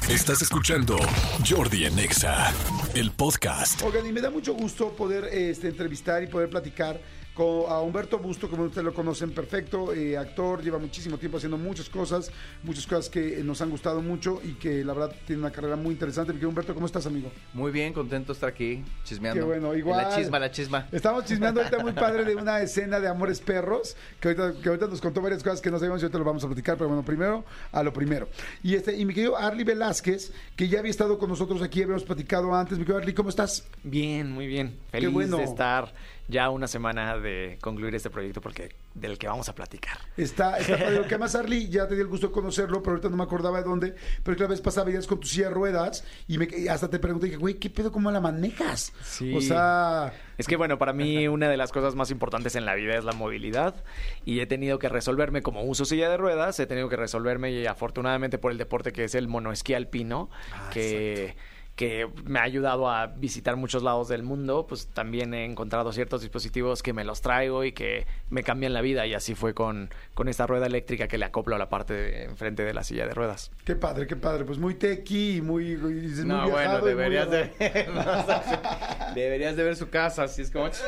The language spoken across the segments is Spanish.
Estás escuchando Jordi en Exa, el podcast. Oigan, y me da mucho gusto poder entrevistar y poder platicar a Humberto Busto, como ustedes lo conocen perfecto, actor, lleva muchísimo tiempo haciendo muchas cosas que nos han gustado mucho y que la verdad tiene una carrera muy interesante. Humberto, ¿cómo estás, amigo? Muy bien, contento de estar aquí, chismeando. Qué bueno, igual. La chisma. Estamos chismeando ahorita muy padre de una escena de Amores Perros, que ahorita nos contó varias cosas que no sabíamos y ahorita lo vamos a platicar, pero bueno, primero a lo primero. Y mi querido Arly Velázquez, que ya había estado con nosotros aquí, habíamos platicado antes. Mi querido Arly, ¿cómo estás? Bien, muy bien. Feliz de estar ya una semana de concluir este proyecto del que vamos a platicar. Está padre. Que además, Arly, ya te di el gusto de conocerlo, pero ahorita no me acordaba de dónde. Pero que la vez pasada veías con tu silla de ruedas y hasta te pregunté, dije, güey, ¿qué pedo? ¿Cómo la manejas? Sí. O sea... Es que, bueno, para mí una de las cosas más importantes en la vida es la movilidad y he tenido que resolverme, como uso silla de ruedas, he tenido que resolverme y afortunadamente por el deporte que es el monoesquí alpino, que me ha ayudado a visitar muchos lados del mundo, pues también he encontrado ciertos dispositivos que me los traigo y que me cambian la vida, y así fue con esta rueda eléctrica que le acoplo a la parte de enfrente de la silla de ruedas. Qué padre, pues muy tequi y muy no, bueno, deberías de ver su casa, así es como...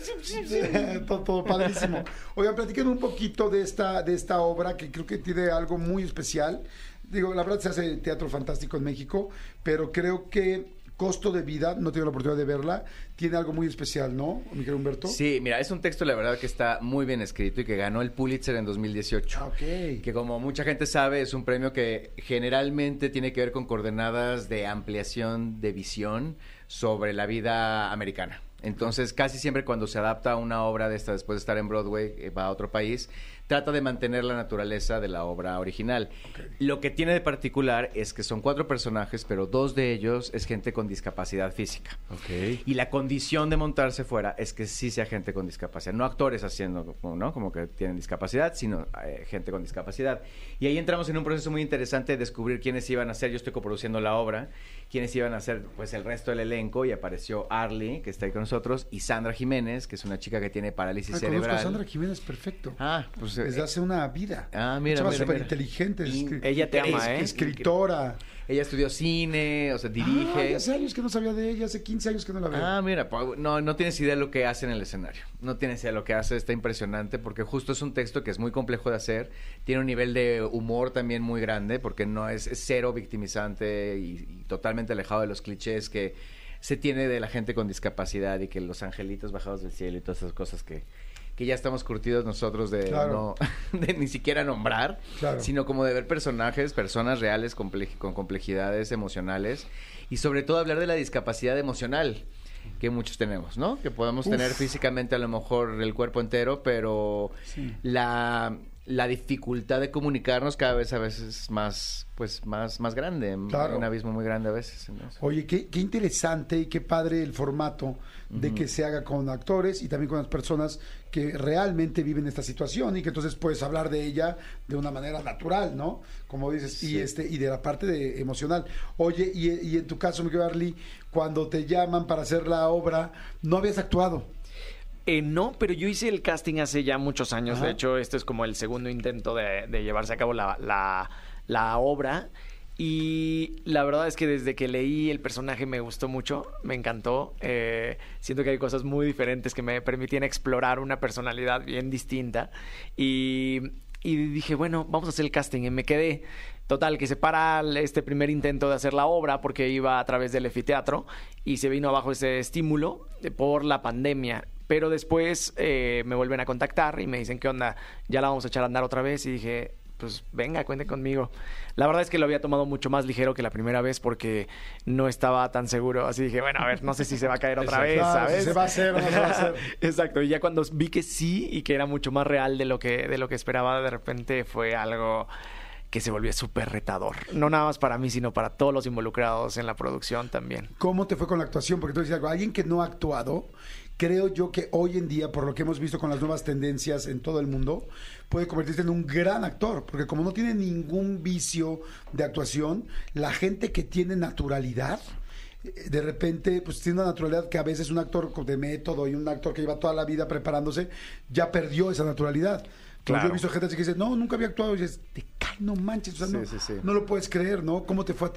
todo padrísimo. Oigan, platiquen un poquito de esta obra que creo que tiene algo muy especial. Digo, la verdad se hace teatro fantástico en México, pero creo que Costo de Vida, no tengo la oportunidad de verla, tiene algo muy especial, ¿no, mi querido Humberto? Sí, mira, es un texto, la verdad, que está muy bien escrito y que ganó el Pulitzer en 2018. Ok. Que como mucha gente sabe, es un premio que generalmente tiene que ver con coordenadas de ampliación de visión sobre la vida americana. Entonces, casi siempre cuando se adapta una obra de esta, después de estar en Broadway, va a otro país, trata de mantener la naturaleza de la obra original. Okay. Lo que tiene de particular es que son 4 personajes, pero 2 de ellos es gente con discapacidad física. Okay. Y la condición de montarse fuera es que sí sea gente con discapacidad. No actores haciendo, ¿no?, como que tienen discapacidad, sino gente con discapacidad. Y ahí entramos en un proceso muy interesante de descubrir quiénes iban a ser. Yo estoy coproduciendo la obra, quiénes iban a ser, pues, el resto del elenco, y apareció Arly, que está ahí con nosotros, y Sandra Jiménez, que es una chica que tiene parálisis cerebral. Conozco a Sandra Jiménez, perfecto. Pues desde hace una vida. Mira. Súper inteligente. Ella te ama, escritora. Ella estudió cine, o sea, dirige. Hace años que no sabía de ella, hace 15 años que no la veo. Mira, no tienes idea de lo que hace en el escenario. No tienes idea de lo que hace, está impresionante, porque justo es un texto que es muy complejo de hacer, tiene un nivel de humor también muy grande, porque no es cero victimizante y totalmente alejado de los clichés que se tiene de la gente con discapacidad y que los angelitos bajados del cielo y todas esas cosas que ya estamos curtidos nosotros de de ni siquiera nombrar, sino como de ver personas reales con complejidades emocionales, y sobre todo hablar de la discapacidad emocional que muchos tenemos, ¿no? Que podemos tener físicamente a lo mejor el cuerpo entero, pero la dificultad de comunicarnos cada vez a veces más grande, un abismo muy grande a veces. Entonces. Oye, qué interesante y qué padre el formato de que se haga con actores y también con las personas que realmente viven esta situación, y que entonces puedes hablar de ella de una manera natural, ¿no? Como dices, sí. y de la parte emocional. Oye, y en tu caso, Miguel Arly, cuando te llaman para hacer la obra, ¿no habías actuado? No, pero yo hice el casting hace ya muchos años. Ajá. De hecho, este es como el segundo intento de llevarse a cabo la obra. Y la verdad es que desde que leí el personaje me gustó mucho, me encantó. Siento que hay cosas muy diferentes que me permitían explorar una personalidad bien distinta. Y dije, bueno, vamos a hacer el casting. Y me quedé. Total, que se para este primer intento de hacer la obra porque iba a través del Efiteatro y se vino abajo ese estímulo por la pandemia. Pero después me vuelven a contactar y me dicen, ¿qué onda? Ya la vamos a echar a andar otra vez. Y dije, pues venga, cuenten conmigo. La verdad es que lo había tomado mucho más ligero que la primera vez porque no estaba tan seguro. Así dije, bueno, a ver, no sé si se va a caer otra vez, ¿sabes? Si se va a hacer o no se va a hacer. Exacto, y ya cuando vi que sí y que era mucho más real de lo que esperaba, de repente fue algo que se volvió súper retador. No nada más para mí, sino para todos los involucrados en la producción también. ¿Cómo te fue con la actuación? Porque tú dices algo, alguien que no ha actuado, creo yo que hoy en día, por lo que hemos visto con las nuevas tendencias en todo el mundo, puede convertirse en un gran actor, porque como no tiene ningún vicio de actuación, la gente que tiene naturalidad, de repente, pues tiene una naturalidad que a veces un actor de método y un actor que lleva toda la vida preparándose, ya perdió esa naturalidad. Claro. Yo he visto gente que dice, no, nunca había actuado, y dices, te cae, no manches, o sea, sí. No lo puedes creer, ¿no? ¿Cómo te fue a ti?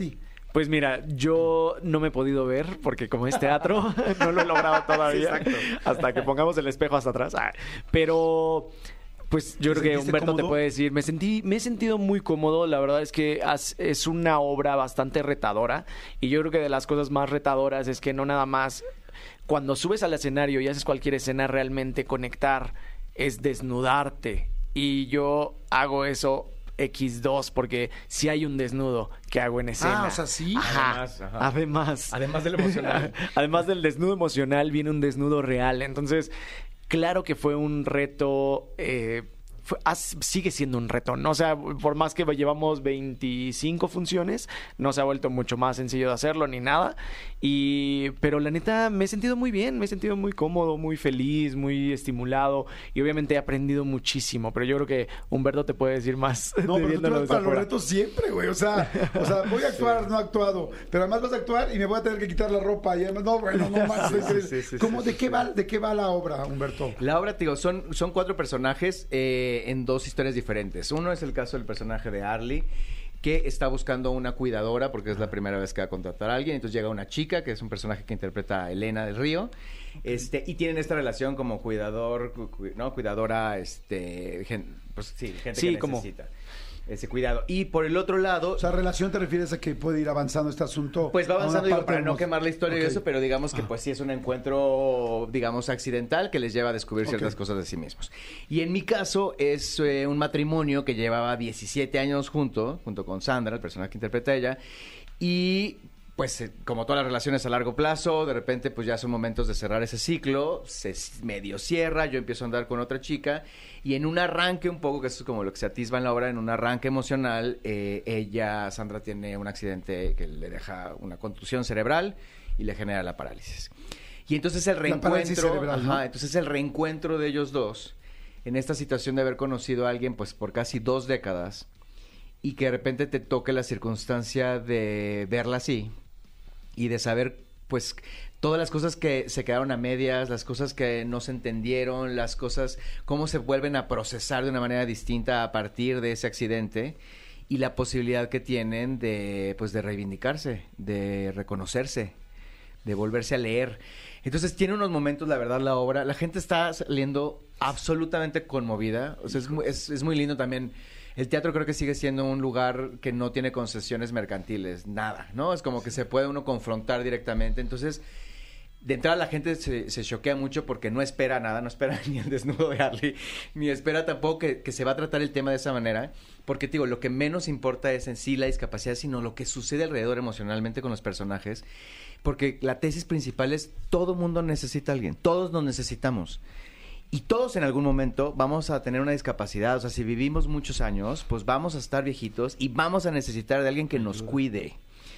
Pues mira, yo no me he podido ver porque como es teatro, no lo he logrado todavía. Sí, hasta que pongamos el espejo hasta atrás. Pero pues yo creo que Humberto cómodo? Te puede decir, me he sentido muy cómodo. La verdad es que es una obra bastante retadora. Y yo creo que de las cosas más retadoras es que no nada más cuando subes al escenario y haces cualquier escena realmente conectar es desnudarte. Y yo hago eso X2 porque si hay un desnudo que hago en escena. O sea, sí. Además del emocional. Además del desnudo emocional viene un desnudo real. Entonces, claro que fue un reto. Sigue siendo un reto, ¿no? O sea, por más que llevamos 25 funciones, no se ha vuelto mucho más sencillo de hacerlo ni nada. Pero la neta, me he sentido muy bien, me he sentido muy cómodo, muy feliz, muy estimulado y obviamente he aprendido muchísimo. Pero yo creo que Humberto te puede decir más. No, pero tú vas para los retos siempre, güey. O sea, voy a actuar, no he actuado, pero además vas a actuar y me voy a tener que quitar la ropa. Y además, no más. ¿De qué va la obra, Humberto? La obra, digo, son 4 personajes en 2 historias diferentes. Uno es el caso del personaje de Arlie, que está buscando una cuidadora porque es la primera vez que va a contratar a alguien. Entonces llega una chica, que es un personaje que interpreta a Elena del Río, y tienen esta relación como cuidadora, gente que necesita ese cuidado. Y por el otro lado... O sea, ¿relación te refieres a que puede ir avanzando este asunto? Pues va avanzando, digo, para no quemar la historia y eso, pero digamos que pues sí es un encuentro, digamos, accidental que les lleva a descubrir ciertas cosas de sí mismos. Y en mi caso es un matrimonio que llevaba 17 años junto con Sandra, el personaje que interpreta ella, y... pues como todas las relaciones a largo plazo, de repente pues ya son momentos de cerrar ese ciclo, se medio cierra, yo empiezo a andar con otra chica y en un arranque un poco, que eso es como lo que se atisba en la obra, en un arranque emocional, Sandra tiene un accidente que le deja una contusión cerebral y le genera la parálisis. Y entonces el reencuentro, cerebral, ¿no? Entonces el reencuentro de ellos dos en esta situación de haber conocido a alguien pues por casi 2 décadas y que de repente te toque la circunstancia de verla así. Y de saber, pues, todas las cosas que se quedaron a medias, las cosas que no se entendieron, las cosas, cómo se vuelven a procesar de una manera distinta a partir de ese accidente y la posibilidad que tienen de, pues, de reivindicarse, de reconocerse, de volverse a leer. Entonces, tiene unos momentos, la verdad, la obra. La gente está saliendo absolutamente conmovida. O sea, es muy lindo también. El teatro creo que sigue siendo un lugar que no tiene concesiones mercantiles, nada, ¿no? Es como que se puede uno confrontar directamente. Entonces, de entrada la gente se choquea mucho porque no espera nada, no espera ni el desnudo de Arlie, ni espera tampoco que se va a tratar el tema de esa manera. Porque, digo, lo que menos importa es en sí la discapacidad, sino lo que sucede alrededor emocionalmente con los personajes. Porque la tesis principal es todo mundo necesita a alguien, todos nos necesitamos. Y todos en algún momento vamos a tener una discapacidad. O sea, si vivimos muchos años, pues vamos a estar viejitos y vamos a necesitar de alguien que nos cuide.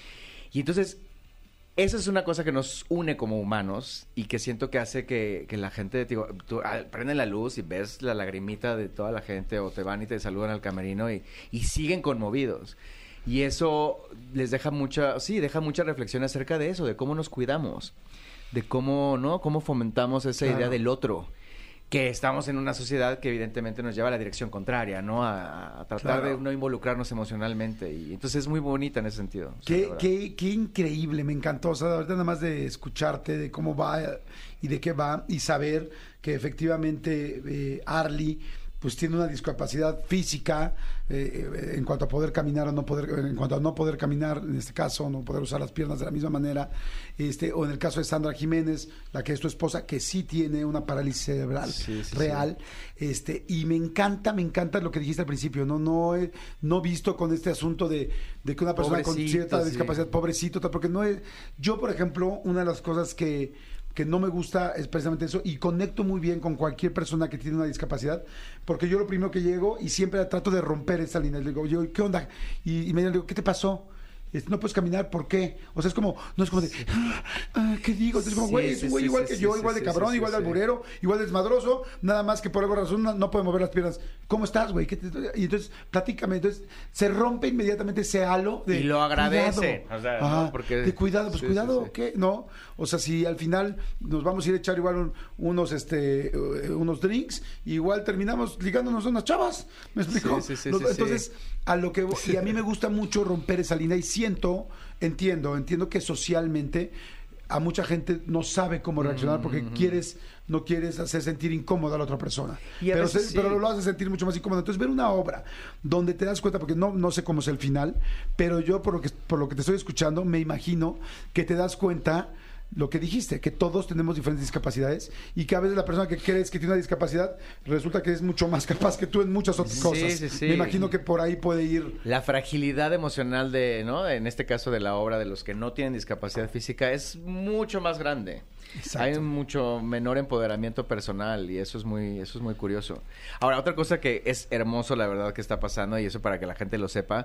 Y entonces, eso es una cosa que nos une como humanos y que siento que hace que la gente, digo, tú prende la luz y ves la lagrimita de toda la gente o te van y te saludan al camerino y siguen conmovidos. Y eso les deja mucha reflexión acerca de eso, de cómo nos cuidamos, de cómo fomentamos esa idea del otro. Que estamos en una sociedad que evidentemente nos lleva a la dirección contraria, ¿no? A tratar de no involucrarnos emocionalmente. Y entonces es muy bonita en ese sentido. Qué increíble, me encantó. O sea, ahorita nada más de escucharte, de cómo va y de qué va, y saber que efectivamente Arlie pues tiene una discapacidad física en cuanto a poder caminar o no poder, en cuanto a no poder caminar, en este caso, no poder usar las piernas de la misma manera, o en el caso de Sandra Jiménez, la que es tu esposa, que sí tiene una parálisis cerebral real, y me encanta lo que dijiste al principio, no visto con este asunto de que una persona con cierta discapacidad, pobrecito, porque no es, yo por ejemplo, una de las cosas que no me gusta es precisamente eso, y conecto muy bien con cualquier persona que tiene una discapacidad, porque yo lo primero que llego y siempre trato de romper esa línea, le digo, ¿qué onda? Y me digo, ¿qué te pasó? No puedes caminar, ¿por qué? O sea, es como, no es como de, ¿qué digo? Entonces, como, güey, es un güey igual que yo, igual de cabrón, igual de alburero, igual de desmadroso, nada más que por alguna razón no puede mover las piernas. ¿Cómo estás, güey? Y entonces, platícame. Entonces, se rompe inmediatamente ese halo de y lo agradece. Cuidado. O sea, ¿no? Porque, de cuidado, pues cuidado, ¿qué? ¿No? O sea, si al final nos vamos a ir a echar igual unos drinks, igual terminamos ligándonos a unas chavas, ¿me explico? Entonces, a lo que y a mí me gusta mucho romper esa línea y entiendo que socialmente a mucha gente no sabe cómo reaccionar porque no quieres hacer sentir incómoda a la otra persona. Pero lo hace sentir mucho más incómodo. Entonces, ver una obra donde te das cuenta, porque no sé cómo es el final, pero yo por lo que te estoy escuchando, me imagino que te das cuenta lo que dijiste, que todos tenemos diferentes discapacidades y que a veces la persona que crees que tiene una discapacidad resulta que es mucho más capaz que tú en muchas otras cosas. Sí. Me imagino que por ahí puede ir. La fragilidad emocional ¿no? En este caso de la obra de los que no tienen discapacidad física es mucho más grande. Exacto. Hay mucho menor empoderamiento personal y eso es muy curioso. Ahora, otra cosa que es hermoso, la verdad, que está pasando, y eso para que la gente lo sepa,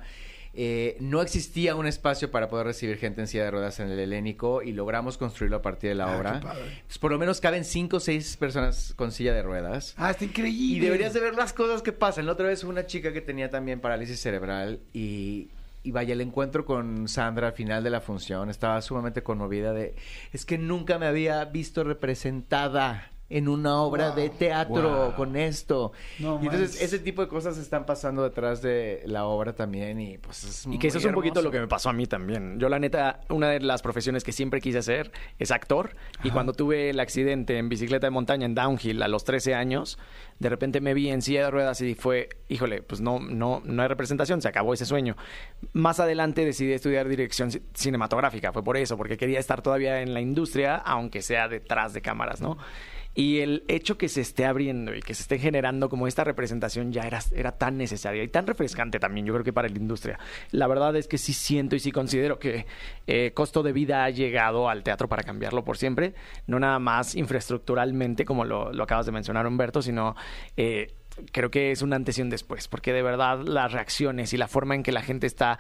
no existía un espacio para poder recibir gente en silla de ruedas en el Helénico y logramos construirlo a partir de la obra. Pues por lo menos caben 5 o 6 personas con silla de ruedas. Está increíble. Y deberías de ver las cosas que pasan. La otra vez una chica que tenía también parálisis cerebral y vaya, el encuentro con Sandra al final de la función, estaba sumamente conmovida es que nunca me había visto representada en una obra de teatro con esto. No, y entonces ese tipo de cosas están pasando detrás de la obra también y pues es muy que eso es hermoso. Un poquito lo que me pasó a mí también. Yo la neta, una de las profesiones que siempre quise hacer es actor. Y cuando tuve el accidente en bicicleta de montaña en downhill a los 13 años, de repente me vi en silla de ruedas y fue, híjole, pues no hay representación, se acabó ese sueño. Más adelante decidí estudiar dirección cinematográfica, fue por eso, porque quería estar todavía en la industria, aunque sea detrás de cámaras, ¿no? Y el hecho que se esté abriendo y que se esté generando como esta representación ya era tan necesaria y tan refrescante también, yo creo que para la industria. La verdad es que sí siento y sí considero que costo de vida ha llegado al teatro para cambiarlo por siempre. No nada más infraestructuralmente, como lo acabas de mencionar, Humberto, sino creo que es un antes y un después. Porque de verdad las reacciones y la forma en que la gente está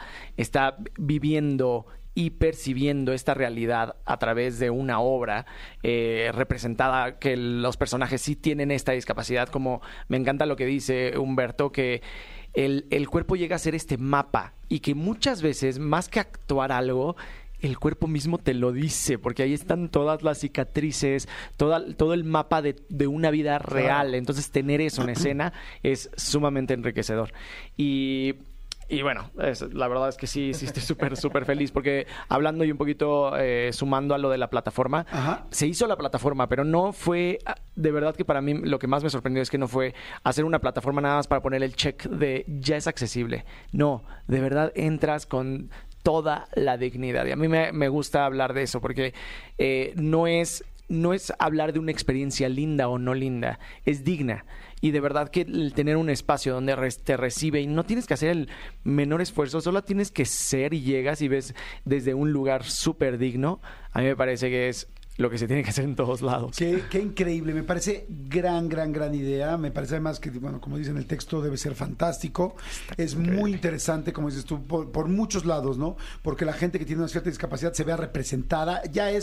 viviendo y percibiendo esta realidad a través de una obra representada, que los personajes sí tienen esta discapacidad, como me encanta lo que dice Humberto, que el cuerpo llega a ser este mapa y que muchas veces, más que actuar algo, el cuerpo mismo te lo dice, porque ahí están todas las cicatrices, todo el mapa de una vida real. Entonces, tener eso en escena es sumamente enriquecedor. Y bueno, la verdad es que sí estoy súper feliz, porque hablando y un poquito sumando a lo de la plataforma, se hizo la plataforma, pero no fue, de verdad que para mí lo que más me sorprendió es que no fue hacer una plataforma nada más para poner el check de ya es accesible. No, de verdad entras con toda la dignidad. Y a mí me gusta hablar de eso, porque no es hablar de una experiencia linda o no linda, es digna. Y de verdad que el tener un espacio donde te recibe y no tienes que hacer el menor esfuerzo, solo tienes que ser y llegas y ves desde un lugar súper digno, a mí me parece que es lo que se tiene que hacer en todos lados. Qué increíble, me parece gran idea, me parece además que, bueno, como dicen, el texto debe ser fantástico, es increíble. Muy interesante, como dices tú, por muchos lados, ¿no? Porque la gente que tiene una cierta discapacidad se vea representada,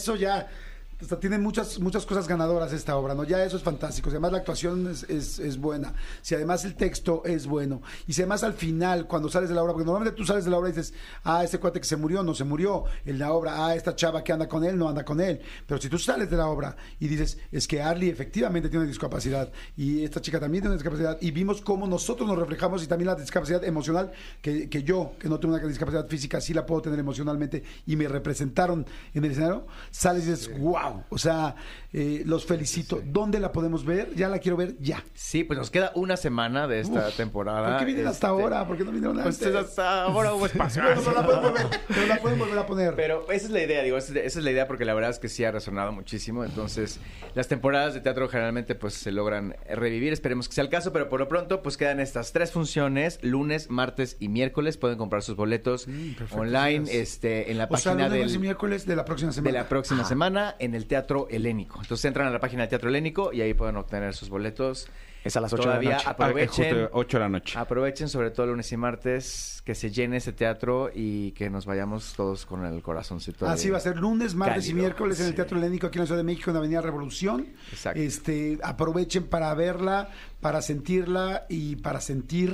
o sea, tiene muchas cosas ganadoras esta obra, ¿no? Ya eso es fantástico. Si además la actuación es buena, si además el texto es bueno, y si además al final, cuando sales de la obra, porque normalmente tú sales de la obra y dices, este cuate que se murió, no se murió, en la obra, esta chava que anda con él, no anda con él. Pero si tú sales de la obra y dices, es que Arlie efectivamente tiene una discapacidad, y esta chica también tiene una discapacidad, y vimos cómo nosotros nos reflejamos, y también la discapacidad emocional, que yo, que no tengo una discapacidad física, sí la puedo tener emocionalmente, y me representaron en el escenario, sales y dices, wow. O sea, los felicito. Sí. ¿Dónde la podemos ver? Ya la quiero ver ya. Sí, pues nos queda una semana de esta temporada. ¿Por qué vienen hasta ahora? ¿Por qué no vinieron antes? Pues hasta ahora hubo espacio. No la pueden volver a poner. Pero esa es la idea, esa es la idea, porque la verdad es que sí ha resonado muchísimo. Entonces, las temporadas de teatro generalmente pues se logran revivir. Esperemos que sea el caso, pero por lo pronto pues quedan estas 3 funciones, lunes, martes y miércoles. Pueden comprar sus boletos online en la página lunes y miércoles de la próxima semana. De la próxima semana en el Teatro Helénico. Entonces entran a la página del Teatro Helénico y ahí pueden obtener sus boletos. Es a las 8 de la noche. Aprovechen. 8 de la noche. Aprovechen, sobre todo lunes y martes, que se llene ese teatro y que nos vayamos todos con el corazoncito. Así va a ser lunes, martes y miércoles en el Teatro Helénico aquí en la Ciudad de México, en Avenida Revolución. Exacto. Aprovechen para verla, para sentirla y para sentir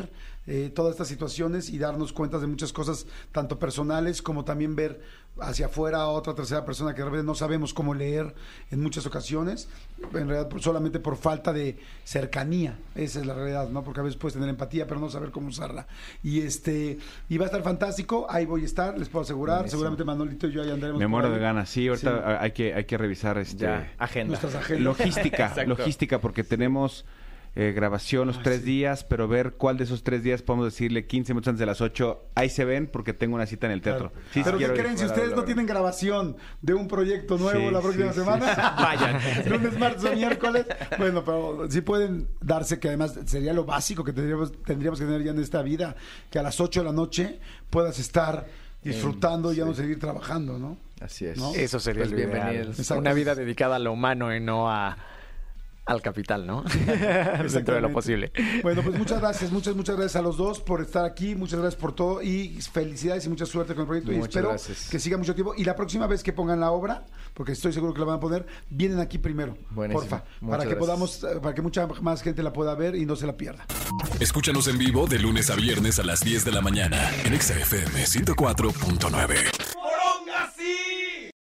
todas estas situaciones y darnos cuenta de muchas cosas, tanto personales como también ver hacia afuera a otra tercera persona que de repente no sabemos cómo leer en muchas ocasiones, en realidad solamente por falta de cercanía. Esa es la realidad, ¿no? Porque a veces puedes tener empatía, pero no saber cómo usarla. Y va a estar fantástico, ahí voy a estar, les puedo asegurar. Buenísimo. Seguramente Manolito y yo ahí andaremos. Me por muero ahí. de ganas. Sí, ahorita hay que revisar Ya, agenda. Nuestras agendas. logística, porque tenemos grabación los 3 días, pero ver cuál de esos 3 días podemos decirle 15 minutos antes de las 8, ahí se ven porque tengo una cita en el teatro. Claro. Sí, Pero ¿qué quiero ir. creen? Si ustedes no tienen grabación de un proyecto nuevo Sí, la próxima sí, semana, Vayan. lunes, martes o miércoles, bueno, pero sí pueden darse, que además sería lo básico que tendríamos que tener ya en esta vida, que a las 8 de la noche puedas estar disfrutando y ya no seguir trabajando, ¿no? Así es. ¿No? Eso sería Pues lo ideal. bienvenidos. Exacto. Una vida dedicada a lo humano y no al capital, ¿no? Dentro de lo posible. Bueno, pues muchas gracias a los dos por estar aquí, muchas gracias por todo y felicidades y mucha suerte con el proyecto. Y Muchas espero gracias. que siga mucho tiempo. Y la próxima vez que pongan la obra, porque estoy seguro que la van a poner, vienen aquí primero, Buenísimo. porfa, Muchas para que gracias. para que mucha más gente la pueda ver y no se la pierda. Escúchanos en vivo de lunes a viernes a las 10 de la mañana en Exa FM 104.9.